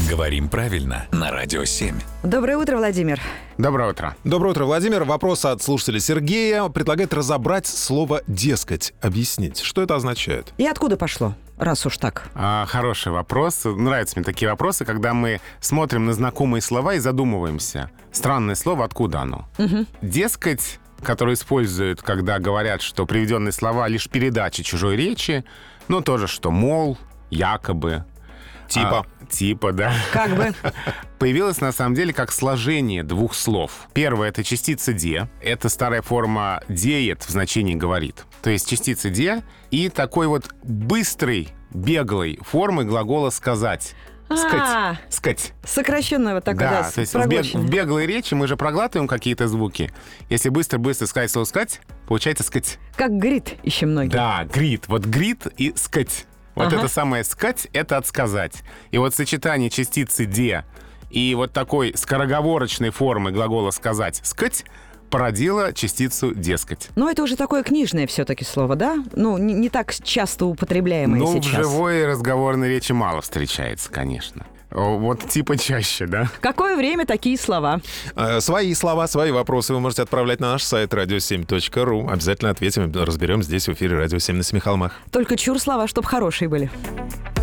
Говорим правильно на Радио 7. Доброе утро, Владимир. Доброе утро. Доброе утро, Владимир. Вопрос от слушателя Сергея предлагает разобрать слово «дескать», объяснить, что это означает. И откуда пошло, раз уж так? Хороший вопрос. Нравятся мне такие вопросы, когда мы смотрим на знакомые слова и задумываемся. Странное слово, откуда оно? «Дескать», которое используют, когда говорят, что приведенные слова лишь передача чужой речи, ну, тоже что, мол, якобы. Типа, да. Как бы. Появилось, на самом деле, как сложение двух слов. Первое — это частица «де». Это старая форма «деет» в значении «говорит». То есть частица «де» и такой вот быстрой, беглой формы глагола «сказать». Скать. Сокращенное вот такое, Да, то есть в беглой речи мы же проглатываем какие-то звуки. Если быстро-быстро сказать слово «скать», получается «скать». Как грит еще многие. Да, грит. Вот грит и скать. Вот это самое «скать» — это «отсказать». И вот сочетание частицы «де» и вот такой скороговорочной формы глагола «сказать» «скать» породило частицу «дескать». Но это уже такое книжное все-таки слово, да? Ну, не так часто употребляемое сейчас. В живой разговорной речи мало встречается, конечно. Вот типа чаще, да? В какое время такие слова? Свои слова, свои вопросы вы можете отправлять на наш сайт radio7.ru. Обязательно ответим, разберем здесь в эфире «Радио 7» на Семи холмах. Только чур слова, чтоб хорошие были.